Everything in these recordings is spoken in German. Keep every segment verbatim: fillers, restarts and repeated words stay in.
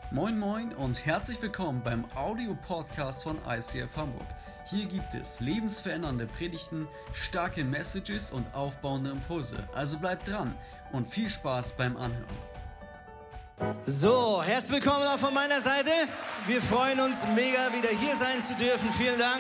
Moin Moin und herzlich willkommen beim Audio-Podcast von I C F Hamburg. Hier gibt es lebensverändernde Predigten, starke Messages und aufbauende Impulse. Also bleibt dran und viel Spaß beim Anhören. So, herzlich willkommen auch von meiner Seite. Wir freuen uns mega, wieder hier sein zu dürfen. Vielen Dank.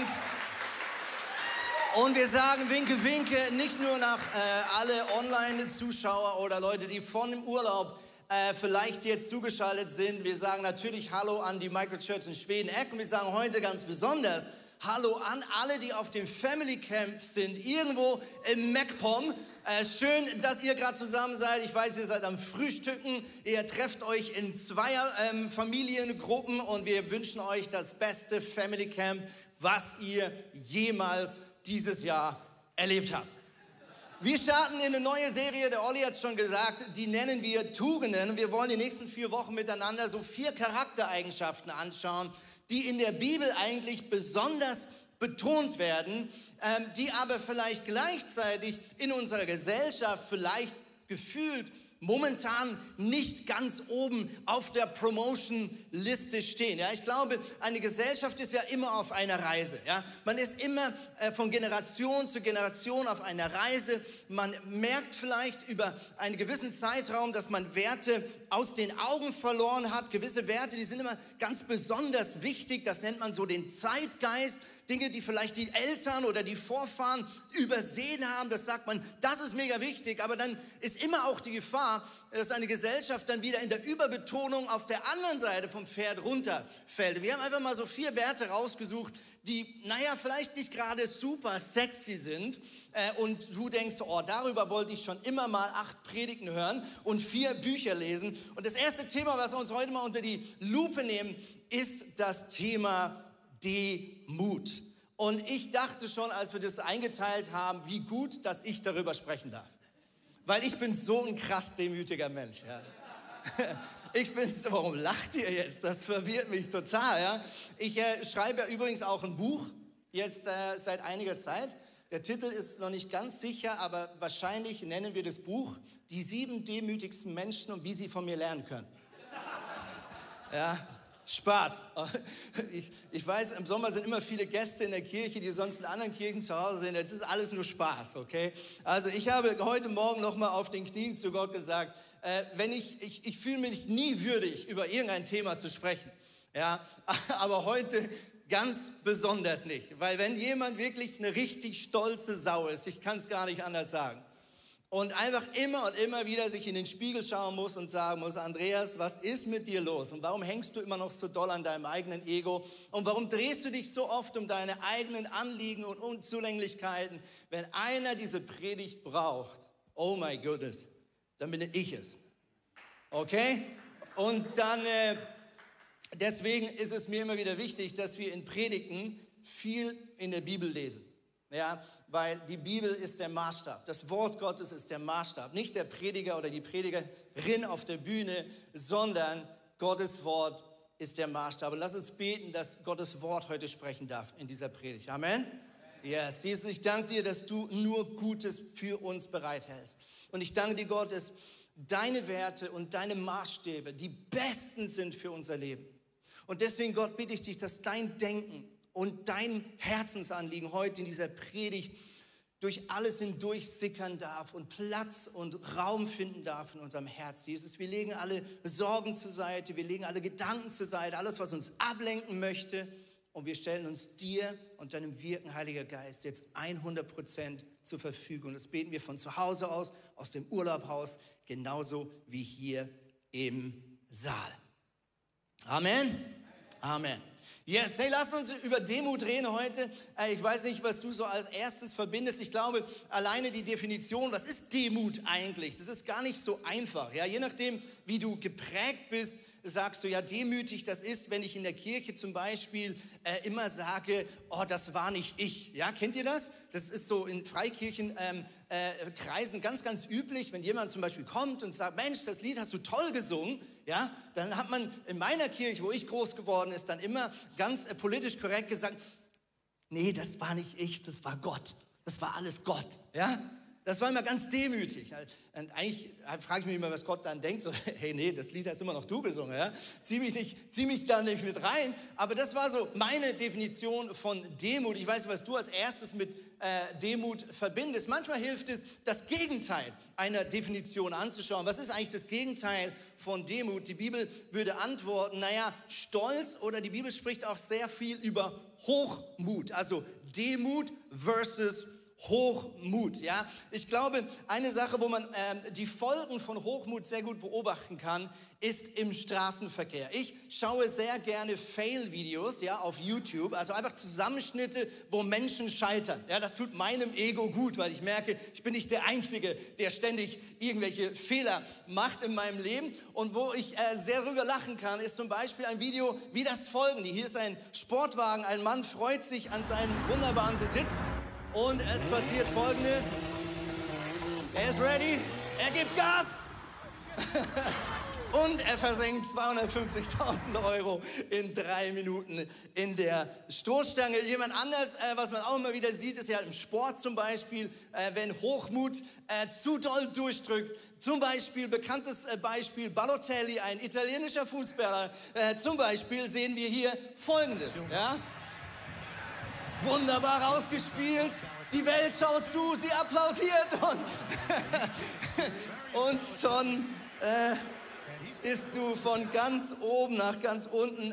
Und wir sagen Winke, Winke, nicht nur nach äh, alle Online-Zuschauer oder Leute, die von dem Urlaub äh, vielleicht jetzt zugeschaltet sind. Wir sagen natürlich Hallo an die Microchurch in Schweden-Eck und wir sagen heute ganz besonders Hallo an alle, die auf dem Family Camp sind, irgendwo im MacPom. Äh, schön, dass ihr gerade zusammen seid. Ich weiß, ihr seid am Frühstücken. Ihr trefft euch in Zweier ähm, Familiengruppen und wir wünschen euch das beste Family Camp, was ihr jemals dieses Jahr erlebt habt. Wir starten in eine neue Serie, der Olli hat es schon gesagt, die nennen wir Tugenden. Wir wollen die nächsten vier Wochen miteinander so vier Charaktereigenschaften anschauen, die in der Bibel eigentlich besonders betont werden, ähm, die aber vielleicht gleichzeitig in unserer Gesellschaft vielleicht gefühlt momentan nicht ganz oben auf der Promotion-Liste stehen. Ja, ich glaube, eine Gesellschaft ist ja immer auf einer Reise. Ja, man ist immer äh, von Generation zu Generation auf einer Reise. Man merkt vielleicht über einen gewissen Zeitraum, dass man Werte aus den Augen verloren hat. Gewisse Werte, die sind immer ganz besonders wichtig. Das nennt man so den Zeitgeist. Dinge, die vielleicht die Eltern oder die Vorfahren übersehen haben, das sagt man, das ist mega wichtig. Aber dann ist immer auch die Gefahr, dass eine Gesellschaft dann wieder in der Überbetonung auf der anderen Seite vom Pferd runterfällt. Wir haben einfach mal so vier Werte rausgesucht, die, naja, vielleicht nicht gerade super sexy sind. Äh, und du denkst, oh, darüber wollte ich schon immer mal acht Predigten hören und vier Bücher lesen. Und das erste Thema, was wir uns heute mal unter die Lupe nehmen, ist das Thema Demut. Und ich dachte schon, als wir das eingeteilt haben, wie gut, dass ich darüber sprechen darf. Weil ich bin so ein krass demütiger Mensch. Ja. Ich bin so, warum lacht ihr jetzt? Das verwirrt mich total. Ja. Ich äh, schreibe ja übrigens auch ein Buch, jetzt äh, seit einiger Zeit. Der Titel ist noch nicht ganz sicher, aber wahrscheinlich nennen wir das Buch Die sieben demütigsten Menschen und wie sie von mir lernen können. Ja. Spaß. Ich, ich weiß, im Sommer sind immer viele Gäste in der Kirche, die sonst in anderen Kirchen zu Hause sind. Jetzt ist alles nur Spaß, okay? Also ich habe heute Morgen nochmal auf den Knien zu Gott gesagt, äh, wenn ich, ich, ich fühle mich nie würdig, über irgendein Thema zu sprechen. Ja, aber heute ganz besonders nicht. Weil wenn jemand wirklich eine richtig stolze Sau ist, ich kann es gar nicht anders sagen, und einfach immer und immer wieder sich in den Spiegel schauen muss und sagen muss, Andreas, was ist mit dir los? Und warum hängst du immer noch so doll an deinem eigenen Ego? Und warum drehst du dich so oft um deine eigenen Anliegen und Unzulänglichkeiten? Wenn einer diese Predigt braucht, oh my goodness, dann bin ich es. Okay? Und dann, äh, deswegen ist es mir immer wieder wichtig, dass wir in Predigten viel in der Bibel lesen. Ja, weil die Bibel ist der Maßstab. Das Wort Gottes ist der Maßstab. Nicht der Prediger oder die Predigerin auf der Bühne, sondern Gottes Wort ist der Maßstab. Und lass uns beten, dass Gottes Wort heute sprechen darf in dieser Predigt. Amen. Yes. Jesus, ich danke dir, dass du nur Gutes für uns bereithältst. Und ich danke dir, Gott, dass deine Werte und deine Maßstäbe die besten sind für unser Leben. Und deswegen, Gott, bitte ich dich, dass dein Denken und dein Herzensanliegen heute in dieser Predigt durch alles hindurch sickern darf und Platz und Raum finden darf in unserem Herz. Jesus, wir legen alle Sorgen zur Seite, wir legen alle Gedanken zur Seite, alles, was uns ablenken möchte. Und wir stellen uns dir und deinem Wirken, Heiliger Geist, jetzt hundert Prozent zur Verfügung. Das beten wir von zu Hause aus, aus dem Urlaubhaus, genauso wie hier im Saal. Amen. Amen. Yes, hey, lass uns über Demut reden heute. Ich weiß nicht, was du so als erstes verbindest. Ich glaube, alleine die Definition, was ist Demut eigentlich? Das ist gar nicht so einfach. Ja, je nachdem, wie du geprägt bist, sagst du ja demütig, das ist, wenn ich in der Kirche zum Beispiel äh, immer sage, oh, das war nicht ich. Ja, kennt ihr das? Das ist so in Freikirchenkreisen ähm, äh, Kreisen ganz, ganz üblich, wenn jemand zum Beispiel kommt und sagt, Mensch, das Lied hast du toll gesungen. Ja, dann hat man in meiner Kirche, wo ich groß geworden ist, dann immer ganz äh, politisch korrekt gesagt, nee, das war nicht ich, das war Gott. Das war alles Gott. Ja, Das war immer ganz demütig. Und eigentlich frage ich mich immer, was Gott dann denkt. So, hey, nee, das Lied hast immer noch du gesungen. Ja? Zieh mich nicht, zieh mich da nicht mit rein. Aber das war so meine Definition von Demut. Ich weiß nicht, was du als erstes mit äh, Demut verbindest. Manchmal hilft es, das Gegenteil einer Definition anzuschauen. Was ist eigentlich das Gegenteil von Demut? Die Bibel würde antworten, naja, Stolz, oder die Bibel spricht auch sehr viel über Hochmut. Also Demut versus Hochmut, ja. Ich glaube, eine Sache, wo man ähm, die Folgen von Hochmut sehr gut beobachten kann, ist im Straßenverkehr. Ich schaue sehr gerne Fail-Videos, ja, auf YouTube, also einfach Zusammenschnitte, wo Menschen scheitern. Ja, das tut meinem Ego gut, weil ich merke, ich bin nicht der Einzige, der ständig irgendwelche Fehler macht in meinem Leben. Und wo ich äh, sehr drüber lachen kann, ist zum Beispiel ein Video wie das folgende. Hier ist ein Sportwagen, ein Mann freut sich an seinem wunderbaren Besitz. Und es passiert Folgendes. Er ist ready, er gibt Gas und er versenkt zweihundertfünfzigtausend Euro in drei Minuten in der Stoßstange. Jemand anders, äh, was man auch immer wieder sieht, ist ja im Sport zum Beispiel, äh, wenn Hochmut äh, zu doll durchdrückt. Zum Beispiel, bekanntes äh, Beispiel, Balotelli, ein italienischer Fußballer. Äh, zum Beispiel sehen wir hier Folgendes, ja. Wunderbar rausgespielt, die Welt schaut zu, sie applaudiert und, und schon äh, ist du von ganz oben nach ganz unten. Äh,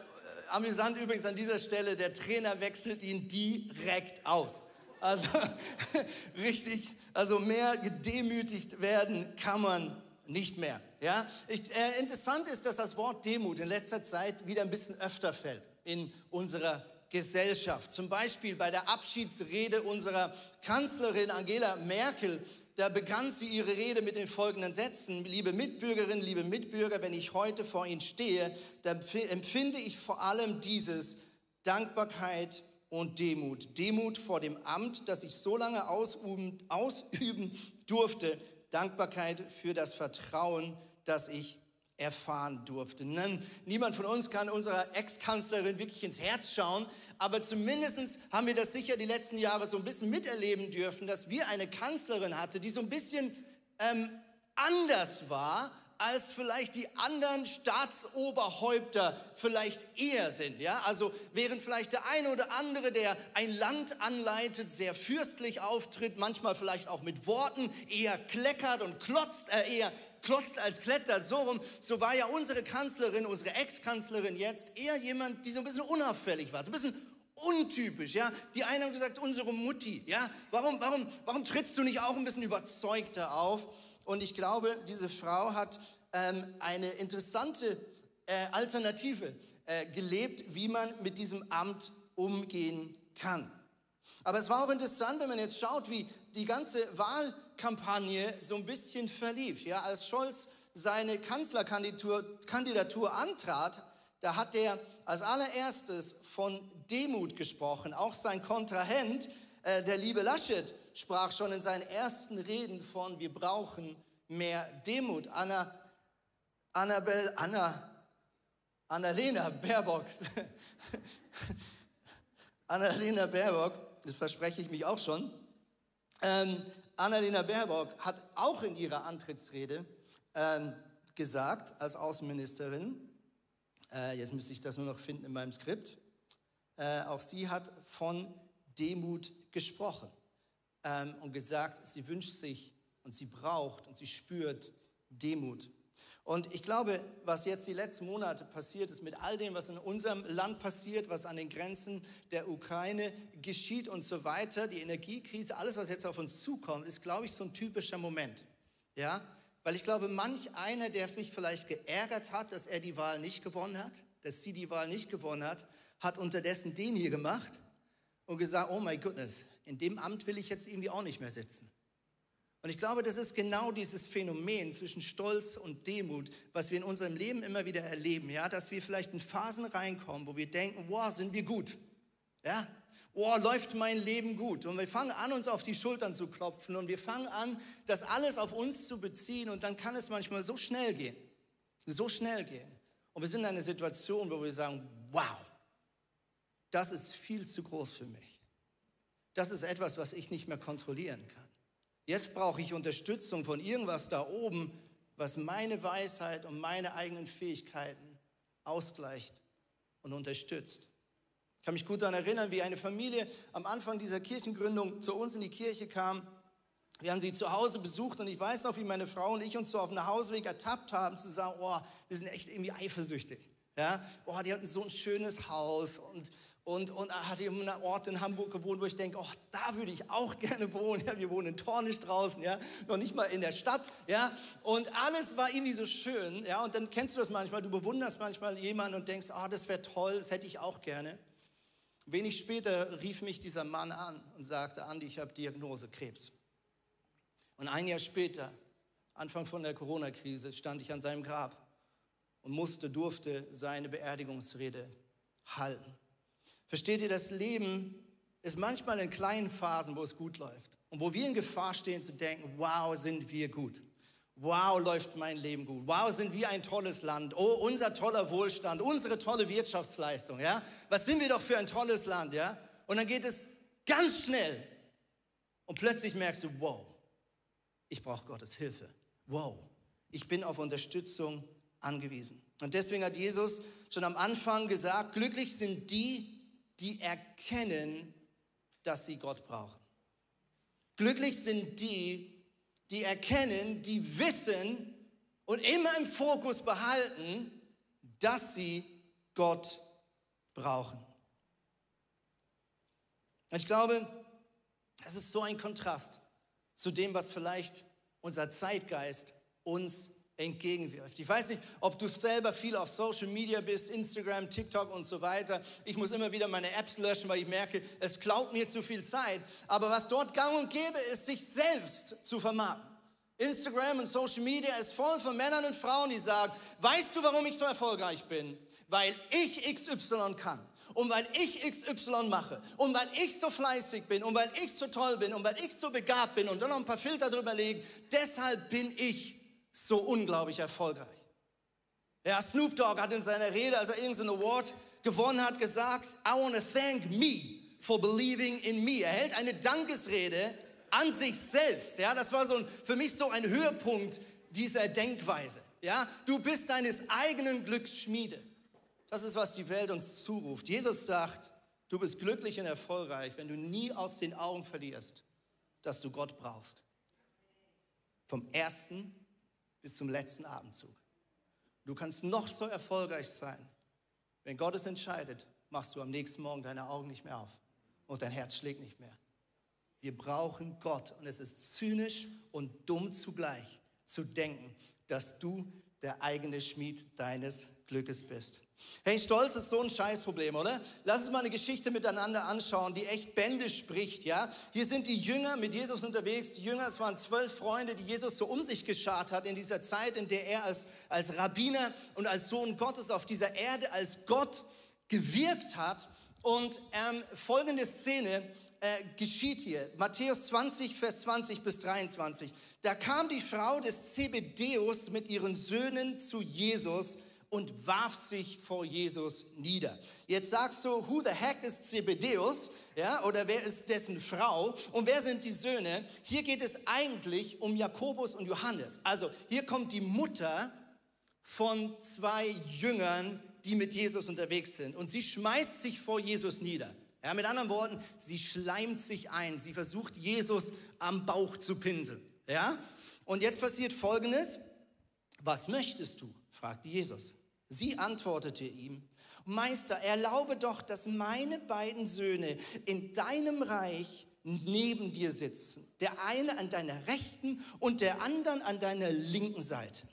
amüsant übrigens an dieser Stelle, der Trainer wechselt ihn direkt aus. Also richtig, also mehr gedemütigt werden kann man nicht mehr. Ja? Ich, äh, interessant ist, dass das Wort Demut in letzter Zeit wieder ein bisschen öfter fällt in unserer Gesellschaft. Zum Beispiel bei der Abschiedsrede unserer Kanzlerin Angela Merkel, da begann sie ihre Rede mit den folgenden Sätzen: Liebe Mitbürgerinnen, liebe Mitbürger, wenn ich heute vor Ihnen stehe, dann empfinde ich vor allem dieses: Dankbarkeit und Demut. Demut vor dem Amt, das ich so lange ausüben, ausüben durfte. Dankbarkeit für das Vertrauen, das ich erfahren durfte. Niemand von uns kann unserer Ex-Kanzlerin wirklich ins Herz schauen, aber zumindest haben wir das sicher die letzten Jahre so ein bisschen miterleben dürfen, dass wir eine Kanzlerin hatte, die so ein bisschen ähm, anders war, als vielleicht die anderen Staatsoberhäupter vielleicht eher sind. Ja? Also während vielleicht der eine oder andere, der ein Land anleitet, sehr fürstlich auftritt, manchmal vielleicht auch mit Worten, eher kleckert und klotzt, äh, eher klotzt als klettert, so rum. So war ja unsere Kanzlerin, unsere Ex-Kanzlerin jetzt eher jemand, die so ein bisschen unauffällig war, so ein bisschen untypisch, ja. Die einen haben gesagt, unsere Mutti, ja. Warum, warum, warum trittst du nicht auch ein bisschen überzeugter auf? Und ich glaube, diese Frau hat ähm, eine interessante äh, Alternative äh, gelebt, wie man mit diesem Amt umgehen kann. Aber es war auch interessant, wenn man jetzt schaut, wie die ganze Wahlkampagne so ein bisschen verlief. Ja, als Scholz seine Kanzlerkandidatur Kandidatur antrat, da hat er als allererstes von Demut gesprochen. Auch sein Kontrahent, äh, der liebe Laschet, sprach schon in seinen ersten Reden von: Wir brauchen mehr Demut. Anna, Annabel, Anna, Annalena Baerbock, Annalena Baerbock, das verspreche ich mich auch schon. Ähm, Annalena Baerbock hat auch in ihrer Antrittsrede ähm, gesagt, als Außenministerin, äh, jetzt müsste ich das nur noch finden in meinem Skript, äh, auch sie hat von Demut gesprochen ähm, und gesagt, sie wünscht sich und sie braucht und sie spürt Demut. Und ich glaube, was jetzt die letzten Monate passiert ist, mit all dem, was in unserem Land passiert, was an den Grenzen der Ukraine geschieht und so weiter, die Energiekrise, alles, was jetzt auf uns zukommt, ist, glaube ich, so ein typischer Moment. Ja? Weil ich glaube, manch einer, der sich vielleicht geärgert hat, dass er die Wahl nicht gewonnen hat, dass sie die Wahl nicht gewonnen hat, hat unterdessen den hier gemacht und gesagt, oh my goodness, in dem Amt will ich jetzt irgendwie auch nicht mehr sitzen. Und ich glaube, das ist genau dieses Phänomen zwischen Stolz und Demut, was wir in unserem Leben immer wieder erleben, ja, dass wir vielleicht in Phasen reinkommen, wo wir denken, wow, sind wir gut, ja, wow, läuft mein Leben gut. Und wir fangen an, uns auf die Schultern zu klopfen und wir fangen an, das alles auf uns zu beziehen und dann kann es manchmal so schnell gehen, so schnell gehen. Und wir sind in einer Situation, wo wir sagen, wow, das ist viel zu groß für mich. Das ist etwas, was ich nicht mehr kontrollieren kann. Jetzt brauche ich Unterstützung von irgendwas da oben, was meine Weisheit und meine eigenen Fähigkeiten ausgleicht und unterstützt. Ich kann mich gut daran erinnern, wie eine Familie am Anfang dieser Kirchengründung zu uns in die Kirche kam. Wir haben sie zu Hause besucht und ich weiß noch, wie meine Frau und ich uns so auf dem Nachhauseweg ertappt haben, zu sagen, oh, wir sind echt irgendwie eifersüchtig. Ja? Oh, die hatten so ein schönes Haus und, und, und hatte an einem Ort in Hamburg gewohnt, wo ich denke, oh, da würde ich auch gerne wohnen. Ja? Wir wohnen in Tornisch draußen, ja? Noch nicht mal in der Stadt. Ja? Und alles war irgendwie so schön. Ja? Und dann kennst du das manchmal, du bewunderst manchmal jemanden und denkst, oh, das wäre toll, das hätte ich auch gerne. Wenig später rief mich dieser Mann an und sagte, Andi, ich habe Diagnose Krebs. Und ein Jahr später, Anfang von der Corona-Krise, stand ich an seinem Grab und musste, durfte seine Beerdigungsrede halten. Versteht ihr, das Leben ist manchmal in kleinen Phasen, wo es gut läuft. Und wo wir in Gefahr stehen zu denken, wow, sind wir gut. Wow, läuft mein Leben gut. Wow, sind wir ein tolles Land. Oh, unser toller Wohlstand, unsere tolle Wirtschaftsleistung. Ja? Was sind wir doch für ein tolles Land. Ja? Und dann geht es ganz schnell. Und plötzlich merkst du, wow, ich brauche Gottes Hilfe. Wow, ich bin auf Unterstützung angewiesen. Und deswegen hat Jesus schon am Anfang gesagt, glücklich sind die, die erkennen, dass sie Gott brauchen. Glücklich sind die, die erkennen, die wissen und immer im Fokus behalten, dass sie Gott brauchen. Und ich glaube, das ist so ein Kontrast zu dem, was vielleicht unser Zeitgeist uns entgegenwirft. Ich weiß nicht, ob du selber viel auf Social Media bist, Instagram, TikTok und so weiter. Ich muss immer wieder meine Apps löschen, weil ich merke, es klaut mir zu viel Zeit. Aber was dort gang und gäbe ist, sich selbst zu vermarkten. Instagram und Social Media ist voll von Männern und Frauen, die sagen, weißt du, warum ich so erfolgreich bin? Weil ich X Y kann. Und weil ich X Y mache und weil ich so fleißig bin und weil ich so toll bin und weil ich so begabt bin und dann noch ein paar Filter drüber legen, deshalb bin ich so unglaublich erfolgreich. Ja, Snoop Dogg hat in seiner Rede, als er irgendeinen Award gewonnen hat, gesagt, I want to thank me for believing in me. Er hält eine Dankesrede an sich selbst. Ja, das war so ein, für mich so ein Höhepunkt dieser Denkweise. Ja, du bist deines eigenen Glücks Schmiede. Das ist, was die Welt uns zuruft. Jesus sagt, du bist glücklich und erfolgreich, wenn du nie aus den Augen verlierst, dass du Gott brauchst. Vom ersten bis zum letzten Atemzug. Du kannst noch so erfolgreich sein. Wenn Gott es entscheidet, machst du am nächsten Morgen deine Augen nicht mehr auf und dein Herz schlägt nicht mehr. Wir brauchen Gott und es ist zynisch und dumm zugleich zu denken, dass du der eigene Schmied deines Glückes bist. Hey, Stolz ist so ein Scheißproblem, oder? Lass uns mal eine Geschichte miteinander anschauen, die echt Bände spricht, ja? Hier sind die Jünger mit Jesus unterwegs. Die Jünger, es waren zwölf Freunde, die Jesus so um sich geschart hat in dieser Zeit, in der er als, als Rabbiner und als Sohn Gottes auf dieser Erde als Gott gewirkt hat. Und ähm, folgende Szene äh, geschieht hier. Matthäus zwanzig, Vers zwanzig bis dreiundzwanzig. Da kam die Frau des Zebedäus mit ihren Söhnen zu Jesus und warf sich vor Jesus nieder. Jetzt sagst du, who the heck ist Zebedäus? Ja, oder wer ist dessen Frau? Und wer sind die Söhne? Hier geht es eigentlich um Jakobus und Johannes. Also hier kommt die Mutter von zwei Jüngern, die mit Jesus unterwegs sind. Und sie schmeißt sich vor Jesus nieder. Ja, mit anderen Worten, sie schleimt sich ein. Sie versucht, Jesus am Bauch zu pinseln. Ja? Und jetzt passiert Folgendes. Was möchtest du? Fragte Jesus. Sie antwortete ihm, Meister, erlaube doch, dass meine beiden Söhne in deinem Reich neben dir sitzen. Der eine an deiner rechten und der andere an deiner linken Seite.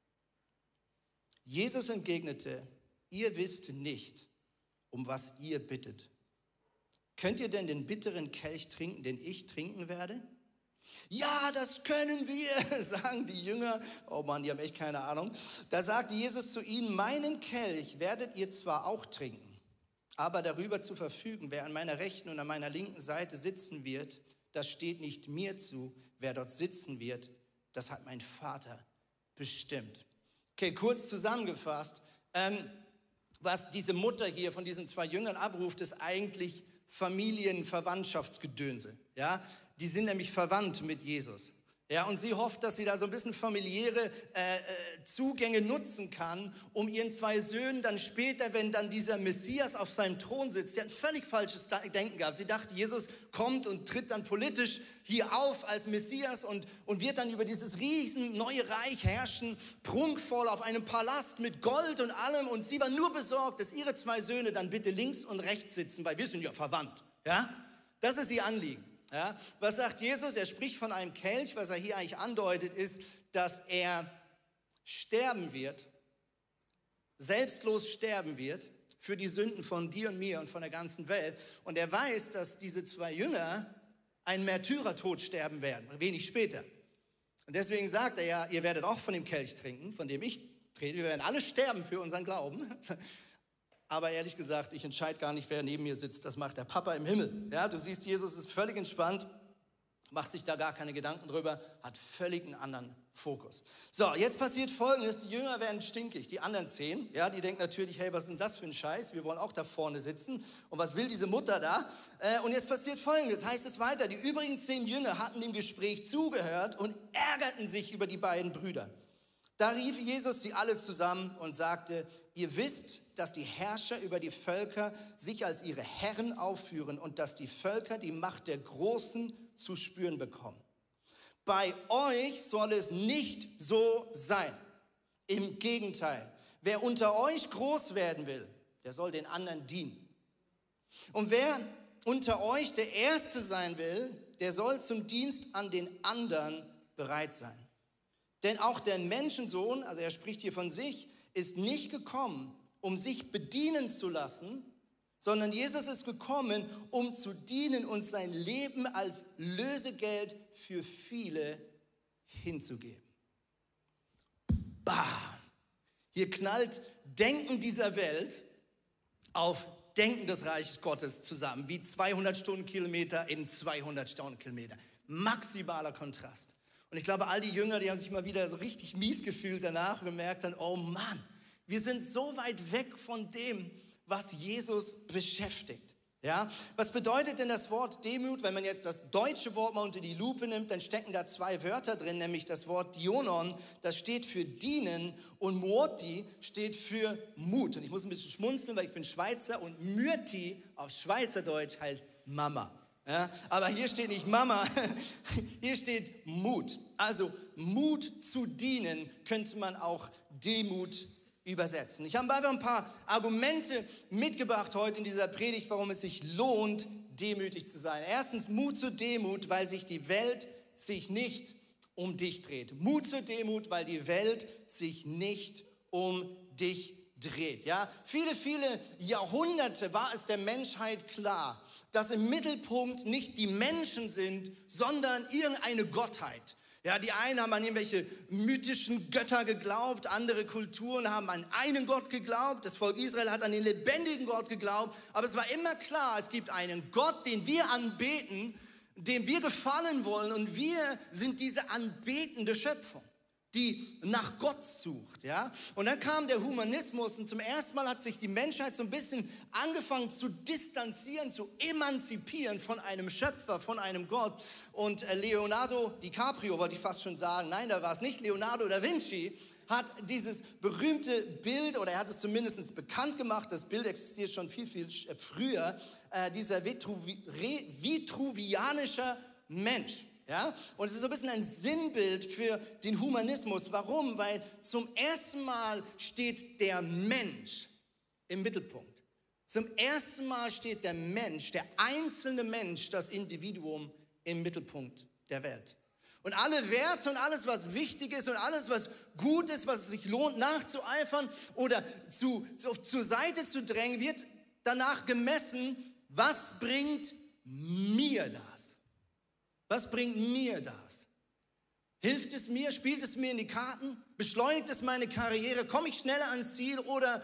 Jesus entgegnete, ihr wisst nicht, um was ihr bittet. Könnt ihr denn den bitteren Kelch trinken, den ich trinken werde? Ja, das können wir, sagen die Jünger. Oh Mann, die haben echt keine Ahnung. Da sagte Jesus zu ihnen, meinen Kelch werdet ihr zwar auch trinken, aber darüber zu verfügen, wer an meiner rechten und an meiner linken Seite sitzen wird, das steht nicht mir zu. Wer dort sitzen wird, das hat mein Vater bestimmt. Okay, kurz zusammengefasst, ähm, was diese Mutter hier von diesen zwei Jüngern abruft, ist eigentlich Familienverwandtschaftsgedönse. Ja? die sind nämlich verwandt mit Jesus. Ja, und sie hofft, dass sie da so ein bisschen familiäre äh, äh, Zugänge nutzen kann, um ihren zwei Söhnen dann später, wenn dann dieser Messias auf seinem Thron sitzt, sie hat ein völlig falsches Denken gehabt. Sie dachte, Jesus kommt und tritt dann politisch hier auf als Messias und, und wird dann über dieses riesen neue Reich herrschen, prunkvoll auf einem Palast mit Gold und allem. Und sie war nur besorgt, dass ihre zwei Söhne dann bitte links und rechts sitzen, weil wir sind ja verwandt. Ja? Das ist ihr Anliegen. Ja, was sagt Jesus? Er spricht von einem Kelch. Was er hier eigentlich andeutet, ist, dass er sterben wird, selbstlos sterben wird für die Sünden von dir und mir und von der ganzen Welt. Und er weiß, dass diese zwei Jünger einen Märtyrertod sterben werden, wenig später. Und deswegen sagt er ja, ihr werdet auch von dem Kelch trinken, von dem ich trinke. Wir werden alle sterben für unseren Glauben. Aber ehrlich gesagt, ich entscheide gar nicht, wer neben mir sitzt. Das macht der Papa im Himmel. Ja, du siehst, Jesus ist völlig entspannt, macht sich da gar keine Gedanken drüber, hat völlig einen anderen Fokus. So, jetzt passiert Folgendes. Die Jünger werden stinkig, die anderen zehn. Ja, die denken natürlich, hey, was ist denn das für ein Scheiß? Wir wollen auch da vorne sitzen. Und was will diese Mutter da? Äh, und jetzt passiert Folgendes, heißt es weiter. Die übrigen zehn Jünger hatten dem Gespräch zugehört und ärgerten sich über die beiden Brüder. Da rief Jesus sie alle zusammen und sagte, ihr wisst, dass die Herrscher über die Völker sich als ihre Herren aufführen und dass die Völker die Macht der Großen zu spüren bekommen. Bei euch soll es nicht so sein. Im Gegenteil, wer unter euch groß werden will, der soll den anderen dienen. Und wer unter euch der Erste sein will, der soll zum Dienst an den anderen bereit sein. Denn auch der Menschensohn, also er spricht hier von sich, ist nicht gekommen, um sich bedienen zu lassen, sondern Jesus ist gekommen, um zu dienen und sein Leben als Lösegeld für viele hinzugeben. Bam! Hier knallt Denken dieser Welt auf Denken des Reiches Gottes zusammen, wie zweihundert Stundenkilometer in zweihundert Stundenkilometer. Maximaler Kontrast. Und ich glaube, all die Jünger, die haben sich mal wieder so richtig mies gefühlt danach und gemerkt haben, oh Mann, wir sind so weit weg von dem, was Jesus beschäftigt. Ja? Was bedeutet denn das Wort Demut? Wenn man jetzt das deutsche Wort mal unter die Lupe nimmt, dann stecken da zwei Wörter drin, nämlich das Wort Dionon, das steht für dienen und Muoti steht für Mut. Und ich muss ein bisschen schmunzeln, weil ich bin Schweizer und Myrti auf Schweizerdeutsch heißt Mama. Ja, aber hier steht nicht Mama, hier steht Mut. Also Mut zu dienen könnte man auch Demut übersetzen. Ich habe einfach ein paar Argumente mitgebracht heute in dieser Predigt, warum es sich lohnt, demütig zu sein. Erstens Mut zur Demut, weil sich die Welt sich nicht um dich dreht. Mut zur Demut, weil die Welt sich nicht um dich dreht. Ja? Viele, viele Jahrhunderte war es der Menschheit klar, dass im Mittelpunkt nicht die Menschen sind, sondern irgendeine Gottheit. Ja, die einen haben an irgendwelche mythischen Götter geglaubt, andere Kulturen haben an einen Gott geglaubt, das Volk Israel hat an den lebendigen Gott geglaubt, aber es war immer klar, es gibt einen Gott, den wir anbeten, dem wir gefallen wollen und wir sind diese anbetende Schöpfung, die nach Gott sucht, ja. Und dann kam der Humanismus und zum ersten Mal hat sich die Menschheit so ein bisschen angefangen zu distanzieren, zu emanzipieren von einem Schöpfer, von einem Gott. Und Leonardo DiCaprio, wollte ich fast schon sagen, nein, da war es nicht, Leonardo da Vinci hat dieses berühmte Bild, oder er hat es zumindest bekannt gemacht, das Bild existiert schon viel, viel früher, äh, dieser Vitruvi- Re- vitruvianischer Mensch. Ja? Und es ist so ein bisschen ein Sinnbild für den Humanismus. Warum? Weil zum ersten Mal steht der Mensch im Mittelpunkt. Zum ersten Mal steht der Mensch, der einzelne Mensch, das Individuum im Mittelpunkt der Welt. Und alle Werte und alles, was wichtig ist und alles, was gut ist, was es sich lohnt, nachzueifern oder zu, zu, zur Seite zu drängen, wird danach gemessen, was bringt mir das? Was bringt mir das? Hilft es mir? Spielt es mir in die Karten? Beschleunigt es meine Karriere? Komme ich schneller ans Ziel oder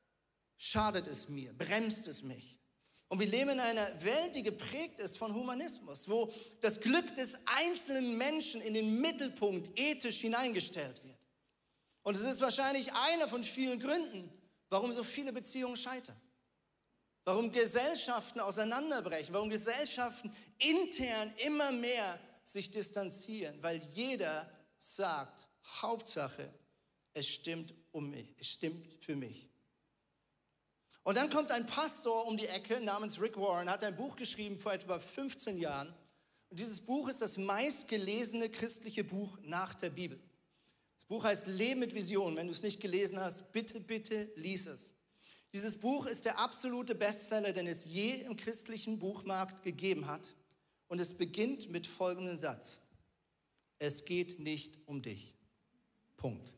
schadet es mir? Bremst es mich? Und wir leben in einer Welt, die geprägt ist von Humanismus, wo das Glück des einzelnen Menschen in den Mittelpunkt ethisch hineingestellt wird. Und es ist wahrscheinlich einer von vielen Gründen, warum so viele Beziehungen scheitern. warum Gesellschaften auseinanderbrechen, warum Gesellschaften intern immer mehr sich distanzieren, weil jeder sagt, Hauptsache, es stimmt um mich, es stimmt für mich. Und dann kommt ein Pastor um die Ecke namens Rick Warren, hat ein Buch geschrieben vor etwa fünfzehn Jahren. Und dieses Buch ist das meistgelesene christliche Buch nach der Bibel. Das Buch heißt Leben mit Vision. Wenn du es nicht gelesen hast, bitte, bitte lies es. Dieses Buch ist der absolute Bestseller, den es je im christlichen Buchmarkt gegeben hat. Und es beginnt mit folgendem Satz. Es geht nicht um dich. Punkt.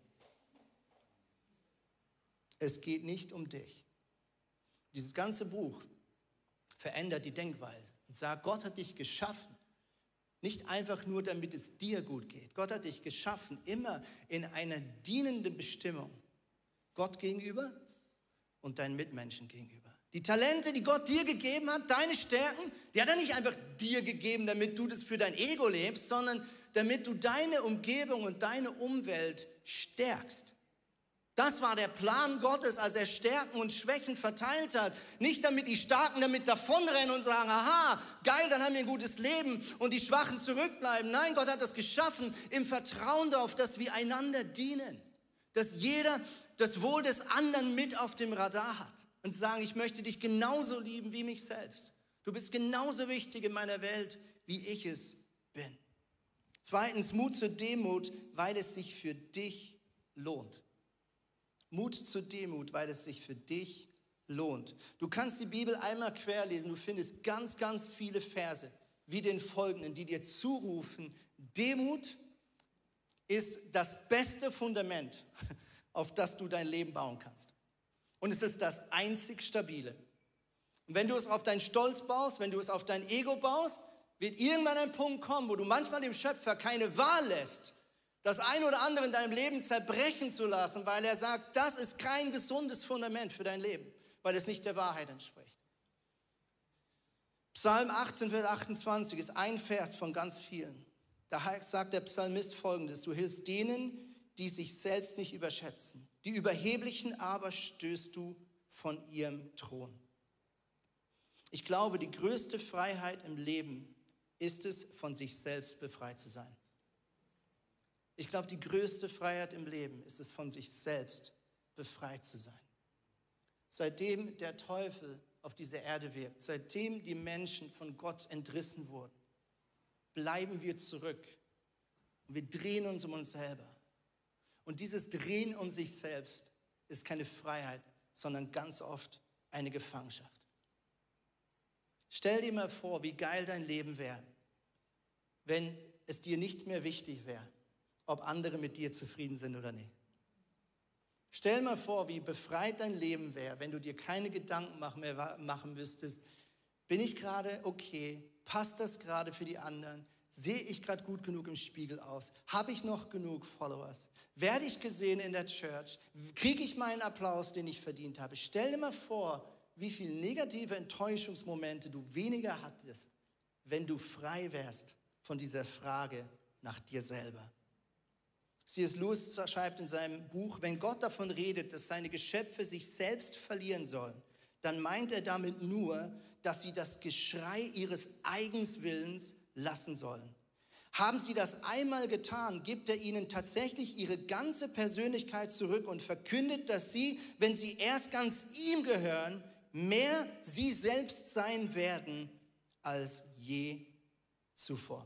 Es geht nicht um dich. Dieses ganze Buch verändert die Denkweise und sagt, Gott hat dich geschaffen, nicht einfach nur, damit es dir gut geht. Gott hat dich geschaffen, immer in einer dienenden Bestimmung. Gott gegenüber und deinen Mitmenschen gegenüber. Die Talente, die Gott dir gegeben hat, deine Stärken, die hat er nicht einfach dir gegeben, damit du das für dein Ego lebst, sondern damit du deine Umgebung und deine Umwelt stärkst. Das war der Plan Gottes, als er Stärken und Schwächen verteilt hat. Nicht damit die Starken damit davonrennen und sagen, aha, geil, dann haben wir ein gutes Leben und die Schwachen zurückbleiben. Nein, Gott hat das geschaffen im Vertrauen darauf, dass wir einander dienen. Dass jeder das Wohl des anderen mit auf dem Radar hat. Und sagen, ich möchte dich genauso lieben wie mich selbst. Du bist genauso wichtig in meiner Welt, wie ich es bin. Zweitens, Mut zur Demut, weil es sich für dich lohnt. Mut zur Demut, weil es sich für dich lohnt. Du kannst die Bibel einmal querlesen, du findest ganz, ganz viele Verse, wie den folgenden, die dir zurufen, Demut ist das beste Fundament, auf das du dein Leben bauen kannst. Und es ist das einzig Stabile. Und wenn du es auf deinen Stolz baust, wenn du es auf dein Ego baust, wird irgendwann ein Punkt kommen, wo du manchmal dem Schöpfer keine Wahl lässt, das ein oder andere in deinem Leben zerbrechen zu lassen, weil er sagt, das ist kein gesundes Fundament für dein Leben, weil es nicht der Wahrheit entspricht. Psalm achtzehn, Vers achtundzwanzig ist ein Vers von ganz vielen. Da sagt der Psalmist Folgendes: Du hilfst denen, die sich selbst nicht überschätzen. Die Überheblichen aber stößt du von ihrem Thron. Ich glaube, die größte Freiheit im Leben ist es, von sich selbst befreit zu sein. Ich glaube, die größte Freiheit im Leben ist es, von sich selbst befreit zu sein. Seitdem der Teufel auf dieser Erde wirkt, seitdem die Menschen von Gott entrissen wurden, bleiben wir zurück und wir drehen uns um uns selber. Und dieses Drehen um sich selbst ist keine Freiheit, sondern ganz oft eine Gefangenschaft. Stell dir mal vor, wie geil dein Leben wäre, wenn es dir nicht mehr wichtig wäre, ob andere mit dir zufrieden sind oder nicht. Stell dir mal vor, wie befreit dein Leben wäre, wenn du dir keine Gedanken mehr machen müsstest. Bin ich gerade okay? Passt das gerade für die anderen? Sehe ich gerade gut genug im Spiegel aus? Habe ich noch genug Followers? Werde ich gesehen in der Church? Kriege ich meinen Applaus, den ich verdient habe? Stell dir mal vor, wie viele negative Enttäuschungsmomente du weniger hattest, wenn du frei wärst von dieser Frage nach dir selber. C S Lewis schreibt in seinem Buch, wenn Gott davon redet, dass seine Geschöpfe sich selbst verlieren sollen, dann meint er damit nur, dass sie das Geschrei ihres Eigenswillens lassen sollen. Haben sie das einmal getan, gibt er ihnen tatsächlich ihre ganze Persönlichkeit zurück und verkündet, dass sie, wenn sie erst ganz ihm gehören, mehr sie selbst sein werden als je zuvor.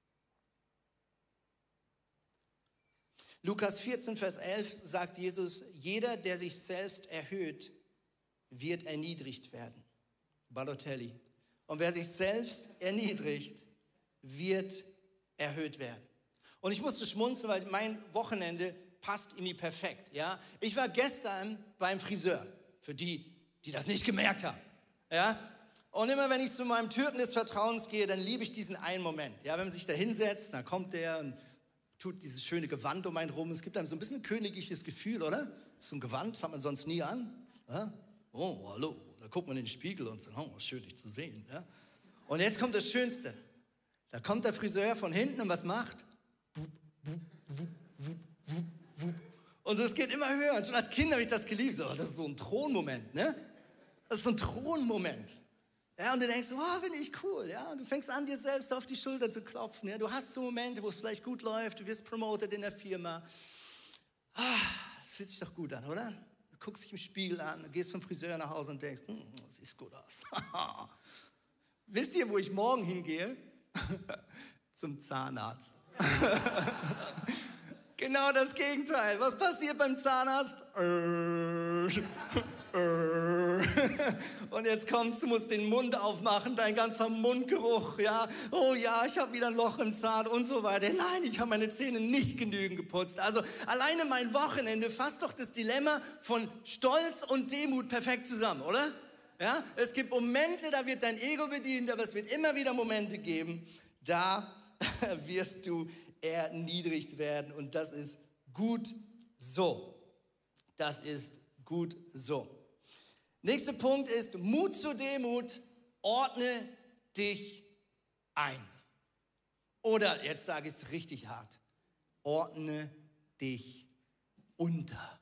Lukas vierzehn, Vers elf sagt Jesus, jeder, der sich selbst erhöht, wird erniedrigt werden. Balotelli. Und wer sich selbst erniedrigt, wird erhöht werden. Und ich musste schmunzeln, weil mein Wochenende passt irgendwie perfekt. Ja? Ich war gestern beim Friseur, für die, die das nicht gemerkt haben. Ja? Und immer wenn ich zu meinem Türken des Vertrauens gehe, dann liebe ich diesen einen Moment. Ja? Wenn man sich da hinsetzt, dann kommt der und tut dieses schöne Gewand um einen rum. Es gibt einem so ein bisschen ein königliches Gefühl, oder? Das ist so ein Gewand, das hat man sonst nie an. Ja? Oh, hallo. Da guckt man in den Spiegel und sagt, oh, schön, dich zu sehen. Ja? Und jetzt kommt das Schönste. Da kommt der Friseur von hinten und was macht? Und es geht immer höher. Und schon als Kind habe ich das geliebt. So, das ist so ein Thronmoment, ne? Das ist so ein Thronmoment. Ja, und du denkst, oh, bin ich cool. Ja, und du fängst an, dir selbst auf die Schulter zu klopfen. Ja, du hast so Momente, wo es vielleicht gut läuft, du wirst promoted in der Firma. Ah, das fühlt sich doch gut an, oder? Du guckst dich im Spiegel an, du gehst vom Friseur nach Hause und denkst, hm, das sieht gut aus. Wisst ihr, wo ich morgen hingehe? Zum Zahnarzt. Genau das Gegenteil. Was passiert beim Zahnarzt? Und jetzt kommst du, musst den Mund aufmachen, dein ganzer Mundgeruch, ja. Oh ja, ich habe wieder ein Loch im Zahn und so weiter. Nein, ich habe meine Zähne nicht genügend geputzt. Also alleine mein Wochenende fasst doch das Dilemma von Stolz und Demut perfekt zusammen, oder? Ja, es gibt Momente, da wird dein Ego bedient, aber es wird immer wieder Momente geben, da wirst du erniedrigt werden. Und das ist gut so. Das ist gut so. Nächster Punkt ist Mut zur Demut, ordne dich ein. Oder, jetzt sage ich es richtig hart, ordne dich unter.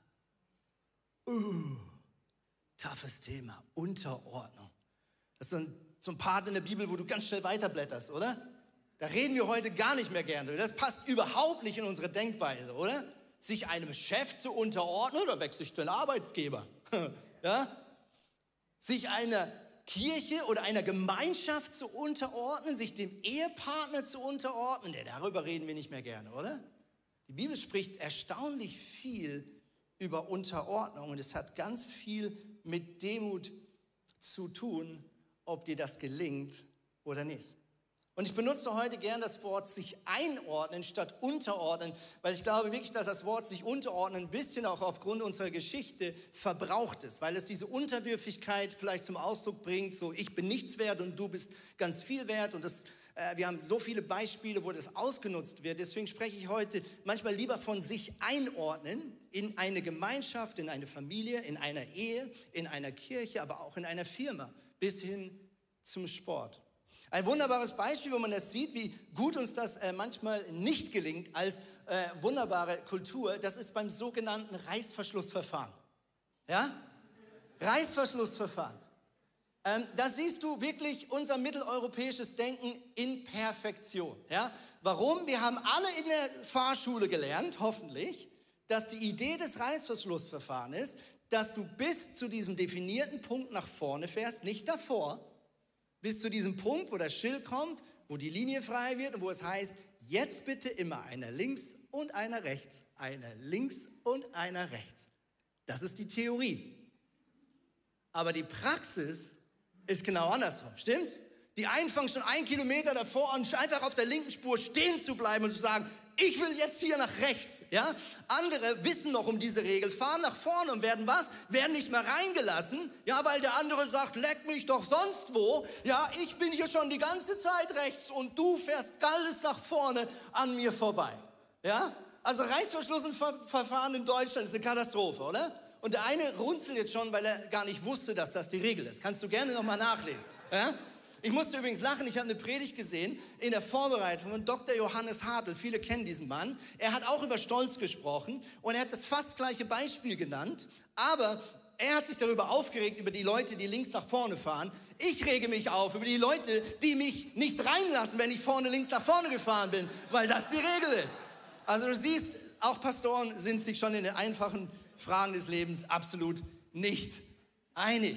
Uh, toughes Thema, Unterordnung. Das ist so ein, so ein Part in der Bibel, wo du ganz schnell weiterblätterst, oder? Da reden wir heute gar nicht mehr gerne. Das passt überhaupt nicht in unsere Denkweise, oder? Sich einem Chef zu unterordnen, oder wechsle ich den Arbeitgeber? Ja? Sich einer Kirche oder einer Gemeinschaft zu unterordnen, sich dem Ehepartner zu unterordnen, ja, darüber reden wir nicht mehr gerne, oder? Die Bibel spricht erstaunlich viel über Unterordnung und es hat ganz viel mit Demut zu tun, ob dir das gelingt oder nicht. Und ich benutze heute gern das Wort sich einordnen statt unterordnen, weil ich glaube wirklich, dass das Wort sich unterordnen ein bisschen auch aufgrund unserer Geschichte verbraucht ist, weil es diese Unterwürfigkeit vielleicht zum Ausdruck bringt, so ich bin nichts wert und du bist ganz viel wert und das, äh, wir haben so viele Beispiele, wo das ausgenutzt wird. Deswegen spreche ich heute manchmal lieber von sich einordnen in eine Gemeinschaft, in eine Familie, in einer Ehe, in einer Kirche, aber auch in einer Firma, bis hin zum Sport. Ein wunderbares Beispiel, wo man das sieht, wie gut uns das äh, manchmal nicht gelingt als äh, wunderbare Kultur, das ist beim sogenannten Reißverschlussverfahren. Ja? Reißverschlussverfahren. Ähm, da siehst du wirklich unser mitteleuropäisches Denken in Perfektion. Ja? Warum? Wir haben alle in der Fahrschule gelernt, hoffentlich, dass die Idee des Reißverschlussverfahrens ist, dass du bis zu diesem definierten Punkt nach vorne fährst, nicht davor, bis zu diesem Punkt, wo das Schild kommt, wo die Linie frei wird und wo es heißt, jetzt bitte immer einer links und einer rechts, einer links und einer rechts. Das ist die Theorie. Aber die Praxis ist genau andersrum, stimmt's? Die einen fangen schon einen Kilometer davor an, einfach auf der linken Spur stehen zu bleiben und zu sagen, ich will jetzt hier nach rechts, ja? Andere wissen noch um diese Regel, fahren nach vorne und werden was? Werden nicht mehr reingelassen, ja, weil der andere sagt, leck mich doch sonst wo, ja, ich bin hier schon die ganze Zeit rechts und du fährst galles nach vorne an mir vorbei, ja? Also Reißverschlussverfahren in Deutschland ist eine Katastrophe, oder? Und der eine runzelt jetzt schon, weil er gar nicht wusste, dass das die Regel ist. Kannst du gerne nochmal nachlesen, ja? Ich musste übrigens lachen, ich habe eine Predigt gesehen in der Vorbereitung von Doktor Johannes Hartl. Viele kennen diesen Mann. Er hat auch über Stolz gesprochen und er hat das fast gleiche Beispiel genannt. Aber er hat sich darüber aufgeregt, über die Leute, die links nach vorne fahren. Ich rege mich auf über die Leute, die mich nicht reinlassen, wenn ich vorne links nach vorne gefahren bin, weil das die Regel ist. Also du siehst, auch Pastoren sind sich schon in den einfachen Fragen des Lebens absolut nicht einig.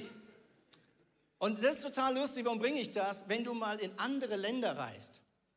Und das ist total lustig, warum bringe ich das? Wenn du mal in andere Länder reist,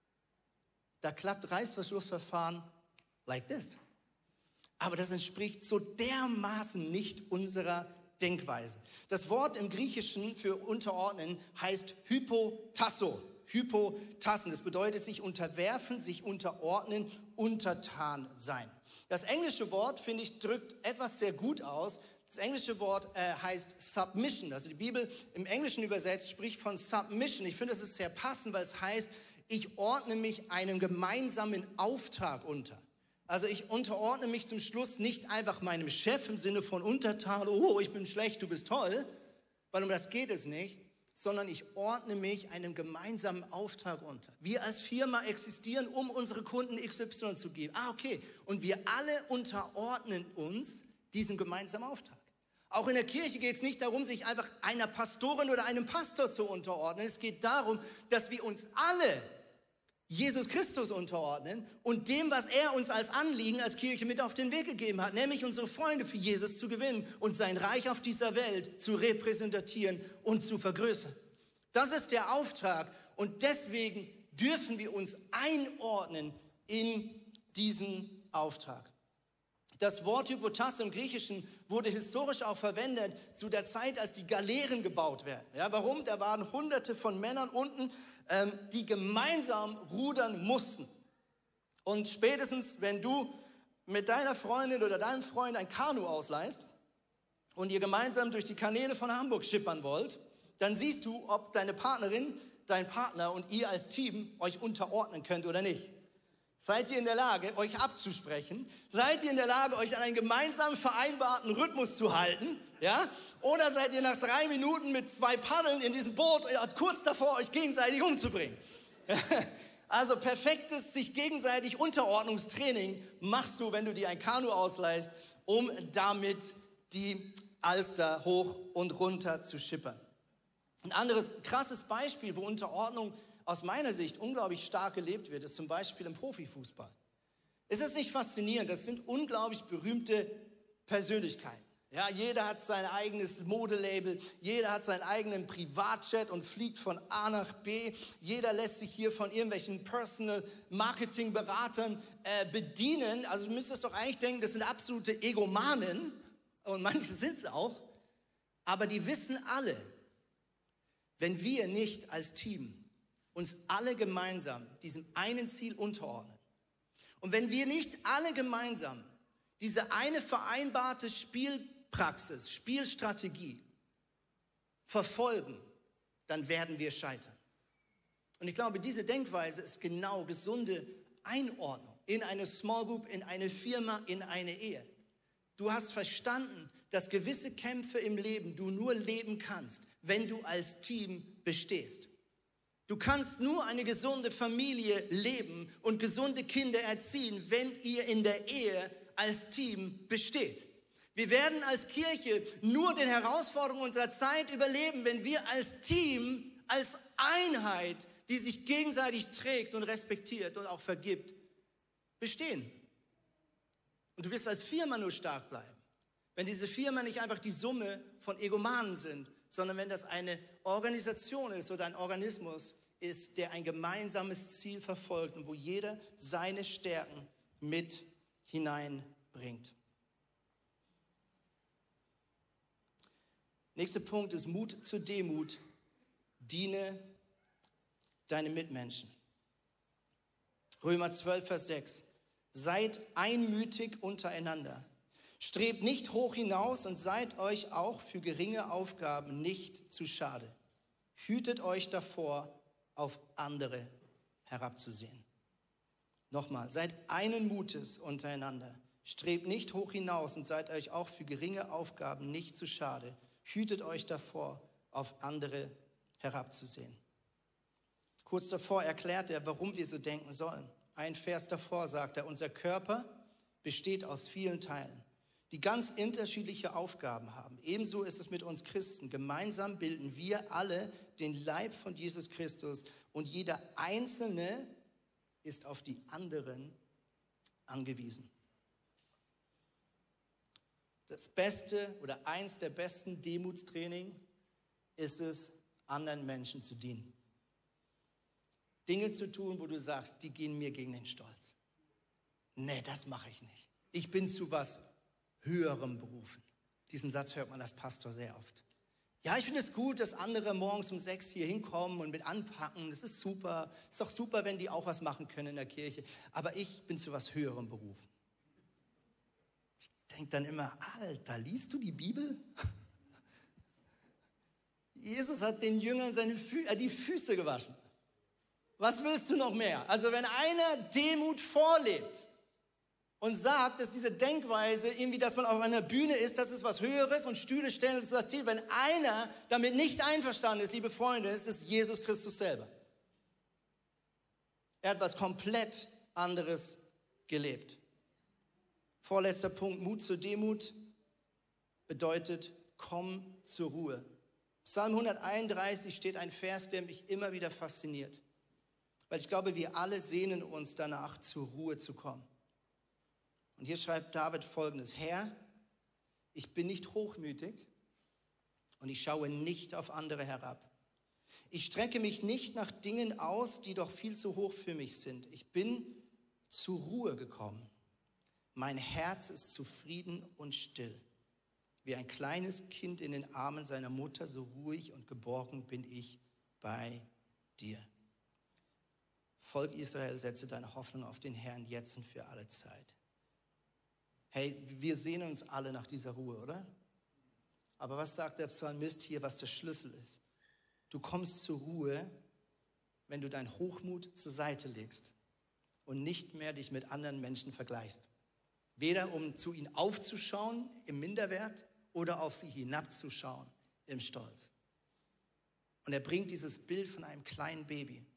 da klappt Reißverschlussverfahren like this. Aber das entspricht so dermaßen nicht unserer Denkweise. Das Wort im Griechischen für unterordnen heißt hypotasso. Hypotassen, das bedeutet sich unterwerfen, sich unterordnen, untertan sein. Das englische Wort, finde ich, drückt etwas sehr gut aus. Das englische Wort äh, heißt Submission. Also die Bibel im Englischen übersetzt spricht von Submission. Ich finde, das ist sehr passend, weil es heißt, ich ordne mich einem gemeinsamen Auftrag unter. Also ich unterordne mich zum Schluss nicht einfach meinem Chef im Sinne von untertan, oh, ich bin schlecht, du bist toll, weil um das geht es nicht, sondern ich ordne mich einem gemeinsamen Auftrag unter. Wir als Firma existieren, um unsere Kunden X Y zu geben. Ah, okay. Und wir alle unterordnen uns diesem gemeinsamen Auftrag. Auch in der Kirche geht es nicht darum, sich einfach einer Pastorin oder einem Pastor zu unterordnen. Es geht darum, dass wir uns alle Jesus Christus unterordnen und dem, was er uns als Anliegen, als Kirche mit auf den Weg gegeben hat, nämlich unsere Freunde für Jesus zu gewinnen und sein Reich auf dieser Welt zu repräsentieren und zu vergrößern. Das ist der Auftrag und deswegen dürfen wir uns einordnen in diesen Auftrag. Das Wort Hypotasse im Griechischen wurde historisch auch verwendet zu der Zeit, als die Galeeren gebaut werden. Ja, warum? Da waren hunderte von Männern unten, ähm, die gemeinsam rudern mussten. Und spätestens, wenn du mit deiner Freundin oder deinem Freund ein Kanu ausleihst und ihr gemeinsam durch die Kanäle von Hamburg schippern wollt, dann siehst du, ob deine Partnerin, dein Partner und ihr als Team euch unterordnen könnt oder nicht. Seid ihr in der Lage, euch abzusprechen? Seid ihr in der Lage, euch an einen gemeinsam vereinbarten Rhythmus zu halten? Ja? Oder seid ihr nach drei Minuten mit zwei Paddeln in diesem Boot kurz davor, euch gegenseitig umzubringen? Also perfektes sich gegenseitig Unterordnungstraining machst du, wenn du dir ein Kanu ausleihst, um damit die Alster hoch und runter zu schippern. Ein anderes krasses Beispiel, wo Unterordnung aus meiner Sicht unglaublich stark gelebt wird, ist zum Beispiel im Profifußball. Ist es nicht faszinierend? Das sind unglaublich berühmte Persönlichkeiten. Ja, jeder hat sein eigenes Modelabel, jeder hat seinen eigenen Privatjet und fliegt von A nach B. Jeder lässt sich hier von irgendwelchen Personal-Marketing-Beratern äh, bedienen. Also du müsstest doch eigentlich denken, das sind absolute Egomanen und manche sind es auch. Aber die wissen alle, wenn wir nicht als Team uns alle gemeinsam diesem einen Ziel unterordnen. Und wenn wir nicht alle gemeinsam diese eine vereinbarte Spielpraxis, Spielstrategie verfolgen, dann werden wir scheitern. Und ich glaube, diese Denkweise ist genau gesunde Einordnung in eine Small Group, in eine Firma, in eine Ehe. Du hast verstanden, dass gewisse Kämpfe im Leben du nur leben kannst, wenn du als Team bestehst. Du kannst nur eine gesunde Familie leben und gesunde Kinder erziehen, wenn ihr in der Ehe als Team besteht. Wir werden als Kirche nur den Herausforderungen unserer Zeit überleben, wenn wir als Team, als Einheit, die sich gegenseitig trägt und respektiert und auch vergibt, bestehen. Und du wirst als Firma nur stark bleiben, wenn diese Firma nicht einfach die Summe von Egomanen sind, sondern wenn das eine Organisation ist oder ein Organismus ist, der ein gemeinsames Ziel verfolgt und wo jeder seine Stärken mit hineinbringt. Nächster Punkt ist Mut zur Demut. Diene deine Mitmenschen. Römer zwölf, Vers sechs. Seid einmütig untereinander. Strebt nicht hoch hinaus und seid euch auch für geringe Aufgaben nicht zu schade. Hütet euch davor, auf andere herabzusehen. Nochmal, seid einen Mutes untereinander. Strebt nicht hoch hinaus und seid euch auch für geringe Aufgaben nicht zu schade. Hütet euch davor, auf andere herabzusehen. Kurz davor erklärt er, warum wir so denken sollen. Ein Vers davor sagt er, unser Körper besteht aus vielen Teilen, die ganz unterschiedliche Aufgaben haben. Ebenso ist es mit uns Christen. Gemeinsam bilden wir alle den Leib von Jesus Christus und jeder Einzelne ist auf die anderen angewiesen. Das beste oder eins der besten Demutstraining ist es, anderen Menschen zu dienen. Dinge zu tun, wo du sagst, die gehen mir gegen den Stolz. Nee, das mache ich nicht. Ich bin zu was Höherem berufen. Diesen Satz hört man als Pastor sehr oft. Ja, ich finde es gut, dass andere morgens um sechs hier hinkommen und mit anpacken. Das ist super. Ist doch super, wenn die auch was machen können in der Kirche. Aber ich bin zu was Höherem berufen. Ich denke dann immer, Alter, liest du die Bibel? Jesus hat den Jüngern seine Fü- äh, die Füße gewaschen. Was willst du noch mehr? Also wenn einer Demut vorlebt und sagt, dass diese Denkweise, irgendwie, dass man auf einer Bühne ist, das ist was Höheres und Stühle stellen, das ist das Ziel. Wenn einer damit nicht einverstanden ist, liebe Freunde, ist es Jesus Christus selber. Er hat was komplett anderes gelebt. Vorletzter Punkt, Mut zur Demut bedeutet komm zur Ruhe. Psalm hunderteinunddreißig steht ein Vers, der mich immer wieder fasziniert. Weil ich glaube, wir alle sehnen uns danach, zur Ruhe zu kommen. Und hier schreibt David Folgendes: Herr, ich bin nicht hochmütig und ich schaue nicht auf andere herab. Ich strecke mich nicht nach Dingen aus, die doch viel zu hoch für mich sind. Ich bin zur Ruhe gekommen. Mein Herz ist zufrieden und still. Wie ein kleines Kind in den Armen seiner Mutter, so ruhig und geborgen bin ich bei dir. Volk Israel, setze deine Hoffnung auf den Herrn jetzt und für alle Zeit. Hey, wir sehnen uns alle nach dieser Ruhe, oder? Aber was sagt der Psalmist hier, was der Schlüssel ist? Du kommst zur Ruhe, wenn du deinen Hochmut zur Seite legst und nicht mehr dich mit anderen Menschen vergleichst. Weder um zu ihnen aufzuschauen im Minderwert oder auf sie hinabzuschauen im Stolz. Und er bringt dieses Bild von einem kleinen Baby.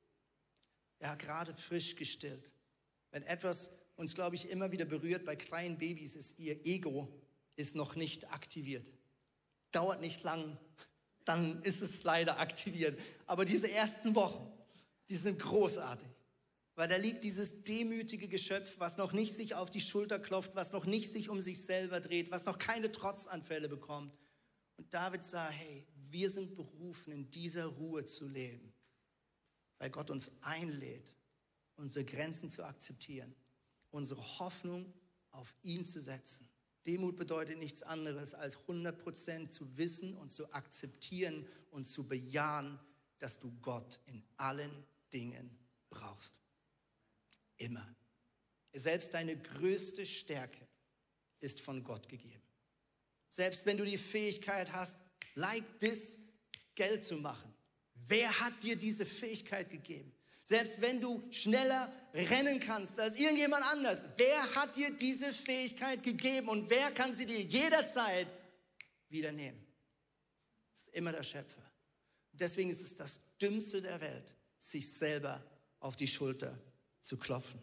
Ja, gerade frisch gestillt. Wenn etwas uns, glaube ich, immer wieder berührt bei kleinen Babys, ist ihr Ego ist noch nicht aktiviert. Dauert nicht lang, dann ist es leider aktiviert. Aber diese ersten Wochen, die sind großartig. Weil da liegt dieses demütige Geschöpf, was noch nicht sich auf die Schulter klopft, was noch nicht sich um sich selber dreht, was noch keine Trotzanfälle bekommt. Und David sagt, hey, wir sind berufen, in dieser Ruhe zu leben. Weil Gott uns einlädt, unsere Grenzen zu akzeptieren, unsere Hoffnung auf ihn zu setzen. Demut bedeutet nichts anderes, als hundert Prozent zu wissen und zu akzeptieren und zu bejahen, dass du Gott in allen Dingen brauchst. Immer. Selbst deine größte Stärke ist von Gott gegeben. Selbst wenn du die Fähigkeit hast, like this, Geld zu machen. Wer hat dir diese Fähigkeit gegeben? Selbst wenn du schneller rennen kannst als irgendjemand anders, wer hat dir diese Fähigkeit gegeben und wer kann sie dir jederzeit wieder nehmen? Das ist immer der Schöpfer. Deswegen ist es das Dümmste der Welt, sich selber auf die Schulter zu klopfen.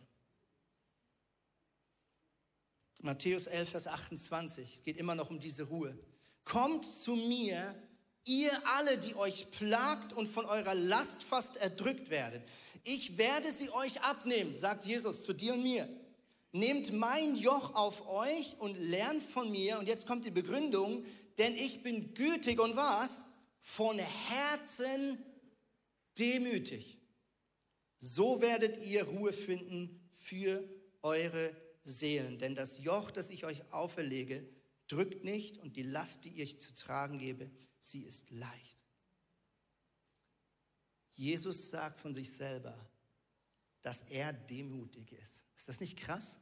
Matthäus elf, Vers achtundzwanzig, es geht immer noch um diese Ruhe. Kommt zu mir, ihr alle, die euch plagt und von eurer Last fast erdrückt werdet. Ich werde sie euch abnehmen, sagt Jesus zu dir und mir. Nehmt mein Joch auf euch und lernt von mir. Und jetzt kommt die Begründung, denn ich bin gütig und was? Von Herzen demütig. So werdet ihr Ruhe finden für eure Seelen. Denn das Joch, das ich euch auferlege, drückt nicht und die Last, die ich zu tragen gebe, sie ist leicht. Jesus sagt von sich selber, dass er demütig ist. Ist das nicht krass?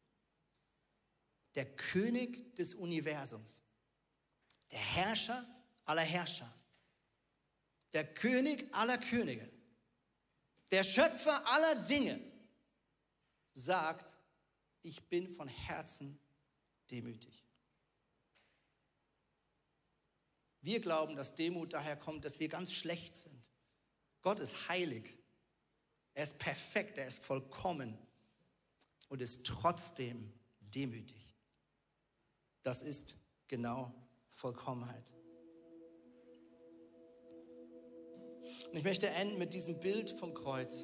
Der König des Universums, der Herrscher aller Herrscher, der König aller Könige, der Schöpfer aller Dinge, sagt, ich bin von Herzen demütig. Wir glauben, dass Demut daher kommt, dass wir ganz schlecht sind. Gott ist heilig. Er ist perfekt, er ist vollkommen und ist trotzdem demütig. Das ist genau Vollkommenheit. Und ich möchte enden mit diesem Bild vom Kreuz.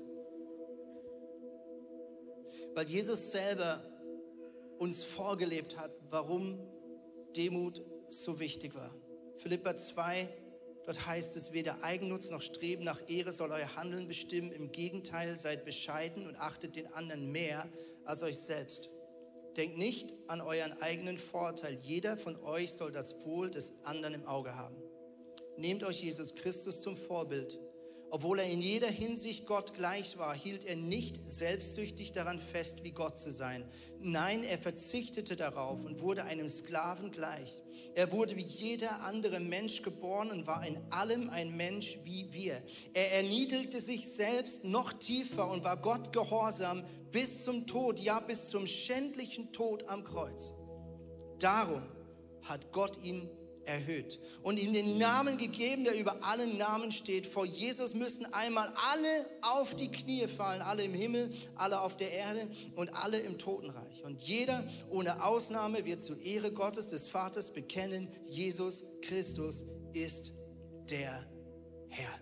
Weil Jesus selber uns vorgelebt hat, warum Demut so wichtig war. Philipper zwei, dort heißt es, weder Eigennutz noch Streben nach Ehre soll euer Handeln bestimmen. Im Gegenteil, seid bescheiden und achtet den anderen mehr als euch selbst. Denkt nicht an euren eigenen Vorteil. Jeder von euch soll das Wohl des anderen im Auge haben. Nehmt euch Jesus Christus zum Vorbild. Obwohl er in jeder Hinsicht Gott gleich war, hielt er nicht selbstsüchtig daran fest, wie Gott zu sein. Nein, er verzichtete darauf und wurde einem Sklaven gleich. Er wurde wie jeder andere Mensch geboren und war in allem ein Mensch wie wir. Er erniedrigte sich selbst noch tiefer und war Gott gehorsam bis zum Tod, ja bis zum schändlichen Tod am Kreuz. Darum hat Gott ihn erhöht und ihm den Namen gegeben, der über allen Namen steht. Vor Jesus müssen einmal alle auf die Knie fallen, alle im Himmel, alle auf der Erde und alle im Totenreich. Und jeder ohne Ausnahme wird zur Ehre Gottes, des Vaters, bekennen, Jesus Christus ist der Herr.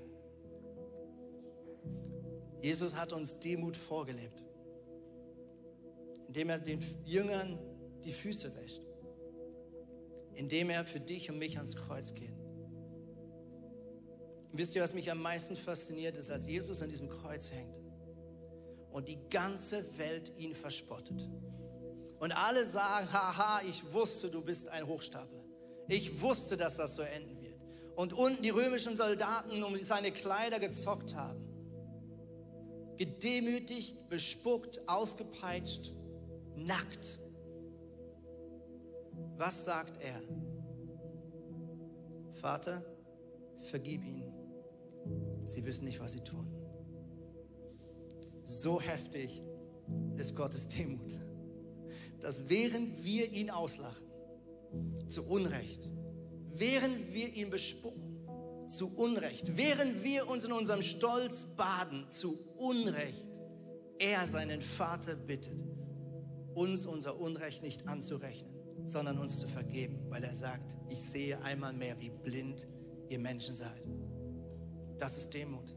Jesus hat uns Demut vorgelebt, indem er den Jüngern die Füße wäscht, indem er für dich und mich ans Kreuz geht. Und wisst ihr, was mich am meisten fasziniert, ist, als Jesus an diesem Kreuz hängt und die ganze Welt ihn verspottet. Und alle sagen, haha, ich wusste, du bist ein Hochstapler. Ich wusste, dass das so enden wird. Und unten die römischen Soldaten um seine Kleider gezockt haben. Gedemütigt, bespuckt, ausgepeitscht, nackt. Was sagt er? Vater, vergib ihnen. Sie wissen nicht, was sie tun. So heftig ist Gottes Demut, dass während wir ihn auslachen, zu Unrecht, während wir ihn bespucken, zu Unrecht, während wir uns in unserem Stolz baden, zu Unrecht, er seinen Vater bittet, uns unser Unrecht nicht anzurechnen, sondern uns zu vergeben, weil er sagt, ich sehe einmal mehr, wie blind ihr Menschen seid. Das ist Demut.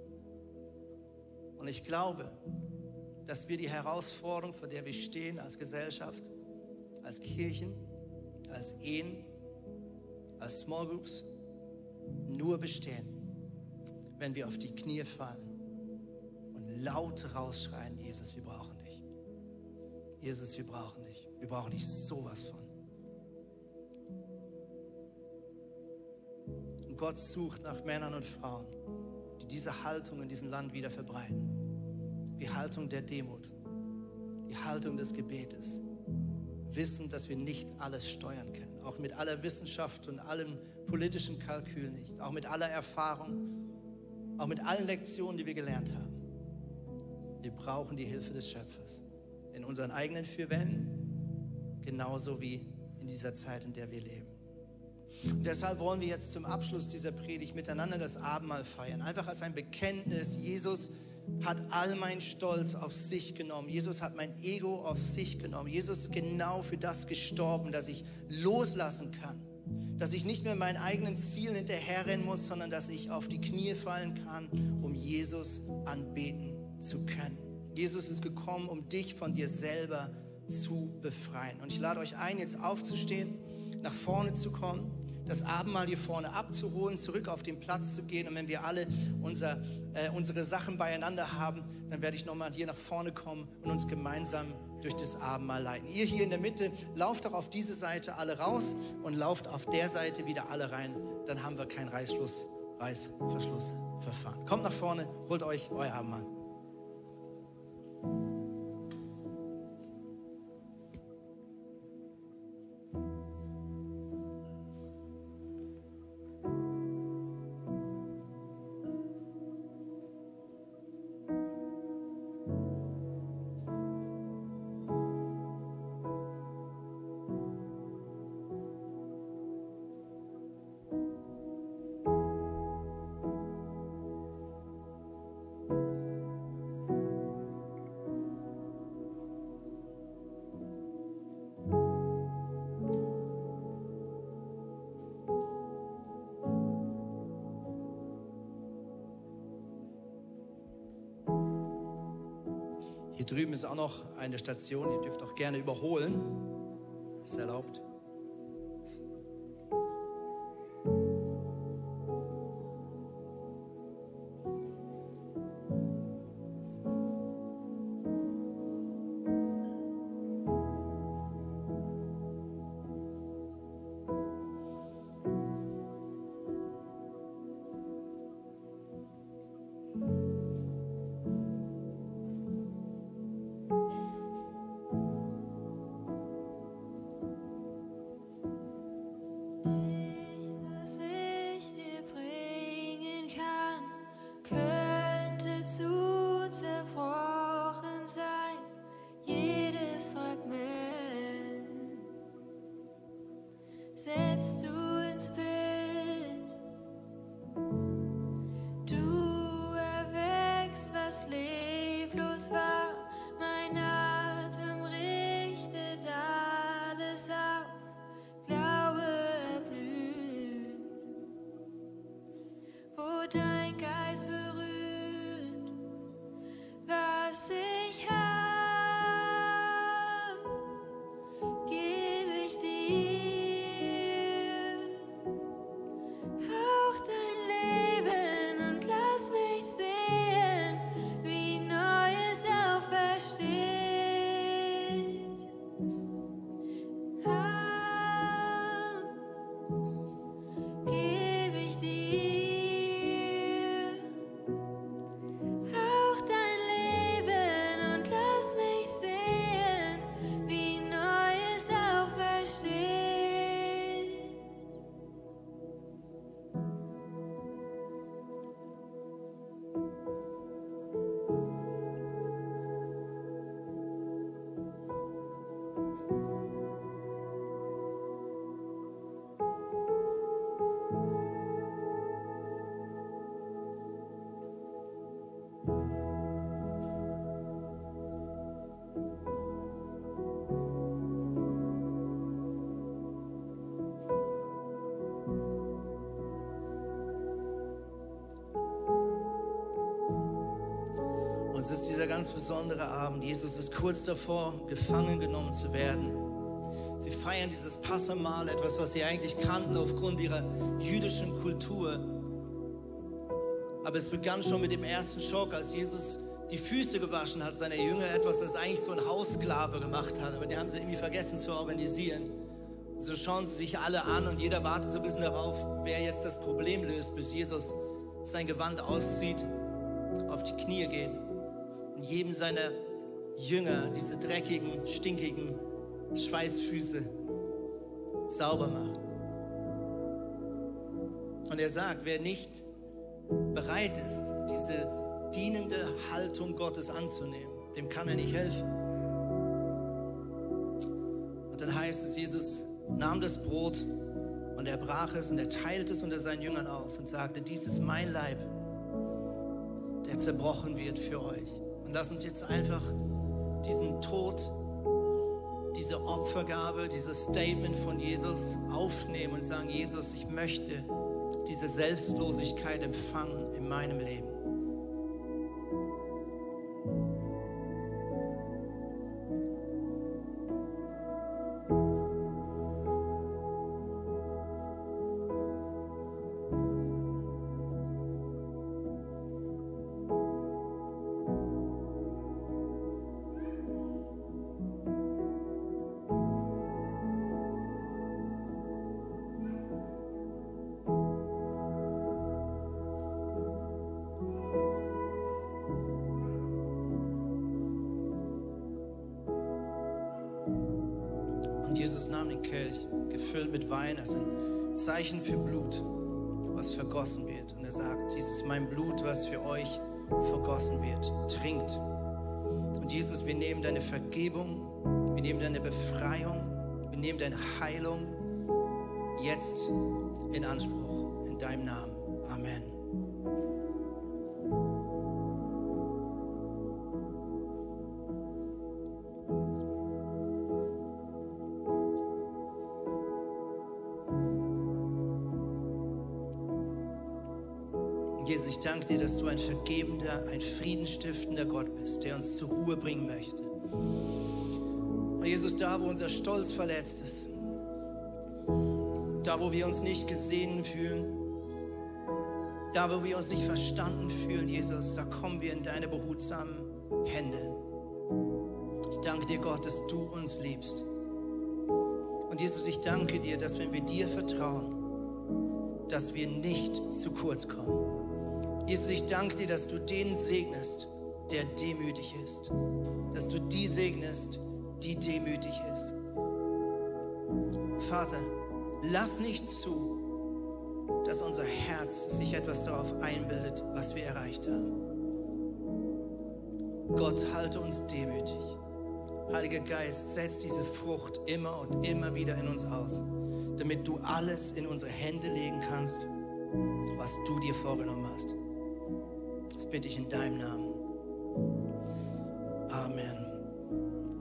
Und ich glaube, dass wir die Herausforderung, vor der wir stehen als Gesellschaft, als Kirchen, als Ehen, als Small Groups, nur bestehen, wenn wir auf die Knie fallen und laut rausschreien, Jesus, wir brauchen dich. Jesus, wir brauchen dich. Wir brauchen dich sowas von. Und Gott sucht nach Männern und Frauen, die diese Haltung in diesem Land wieder verbreiten. Die Haltung der Demut, die Haltung des Gebetes. Wissend, dass wir nicht alles steuern können. Auch mit aller Wissenschaft und allem politischen Kalkül nicht. Auch mit aller Erfahrung. Auch mit allen Lektionen, die wir gelernt haben. Wir brauchen die Hilfe des Schöpfers. In unseren eigenen vier Wänden, genauso wie in dieser Zeit, in der wir leben. Und deshalb wollen wir jetzt zum Abschluss dieser Predigt miteinander das Abendmahl feiern. Einfach als ein Bekenntnis, Jesus hat all meinen Stolz auf sich genommen. Jesus hat mein Ego auf sich genommen. Jesus ist genau für das gestorben, dass ich loslassen kann. Dass ich nicht mehr meinen eigenen Zielen hinterherrennen muss, sondern dass ich auf die Knie fallen kann, um Jesus anbeten zu können. Jesus ist gekommen, um dich von dir selber zu befreien. Und ich lade euch ein, jetzt aufzustehen, nach vorne zu kommen, das Abendmahl hier vorne abzuholen, zurück auf den Platz zu gehen. Und wenn wir alle unser, äh, unsere Sachen beieinander haben, dann werde ich nochmal hier nach vorne kommen und uns gemeinsam durch das Abendmahl leiten. Ihr hier in der Mitte, lauft doch auf diese Seite alle raus und lauft auf der Seite wieder alle rein. Dann haben wir kein Reißschluss, Reißverschlussverfahren. Kommt nach vorne, holt euch euer Abendmahl. Hier drüben ist auch noch eine Station, ihr dürft auch gerne überholen. Ist erlaubt. wo dein Geist berührt, was ich hab, gebe ich dir. Hauch dein Leben und lass mich sehen, wie Neues aufersteht. Hauch, gebe ich dir. Hauch dein Leben und lass mich sehen, wie Neues aufersteht. Und es ist dieser ganz besondere Abend. Jesus ist kurz davor, gefangen genommen zu werden. Sie feiern dieses Passamahl, etwas, was sie eigentlich kannten aufgrund ihrer jüdischen Kultur. Aber es begann schon mit dem ersten Schock, als Jesus die Füße gewaschen hat seiner Jünger, etwas, was eigentlich so ein Haussklave gemacht hat. Aber die haben sie irgendwie vergessen zu organisieren. Und so schauen sie sich alle an und jeder wartet so ein bisschen darauf, wer jetzt das Problem löst, bis Jesus sein Gewand auszieht, auf die Knie geht und jedem seiner Jünger diese dreckigen, stinkigen Schweißfüße sauber macht. Und er sagt, wer nicht bereit ist, diese dienende Haltung Gottes anzunehmen, dem kann er nicht helfen. Und dann heißt es, Jesus nahm das Brot und er brach es und er teilte es unter seinen Jüngern aus und sagte, dies ist mein Leib, der zerbrochen wird für euch. Und lass uns jetzt einfach diesen Tod, diese Opfergabe, dieses Statement von Jesus aufnehmen und sagen, Jesus, ich möchte diese Selbstlosigkeit empfangen in meinem Leben. Und Jesus nahm den Kelch, gefüllt mit Wein, als ein Zeichen für Blut, was vergossen wird. Und er sagt, dies ist mein Blut, was für euch vergossen wird. Trinkt. Und Jesus, wir nehmen deine Vergebung, wir nehmen deine Befreiung, wir nehmen deine Heilung jetzt in Anspruch. In deinem Namen. Amen. Jesus, ich danke dir, dass du ein vergebender, ein friedenstiftender Gott bist, der uns zur Ruhe bringen möchte. Und Jesus, da wo unser Stolz verletzt ist, da wo wir uns nicht gesehen fühlen, da wo wir uns nicht verstanden fühlen, Jesus, da kommen wir in deine behutsamen Hände. Ich danke dir, Gott, dass du uns liebst. Und Jesus, ich danke dir, dass wenn wir dir vertrauen, dass wir nicht zu kurz kommen. Jesus, ich danke dir, dass du den segnest, der demütig ist. Dass du die segnest, die demütig ist. Vater, lass nicht zu, dass unser Herz sich etwas darauf einbildet, was wir erreicht haben. Gott, halte uns demütig. Heiliger Geist, setz diese Frucht immer und immer wieder in uns aus, damit du alles in unsere Hände legen kannst, was du dir vorgenommen hast. Das bitte ich in deinem Namen. Amen.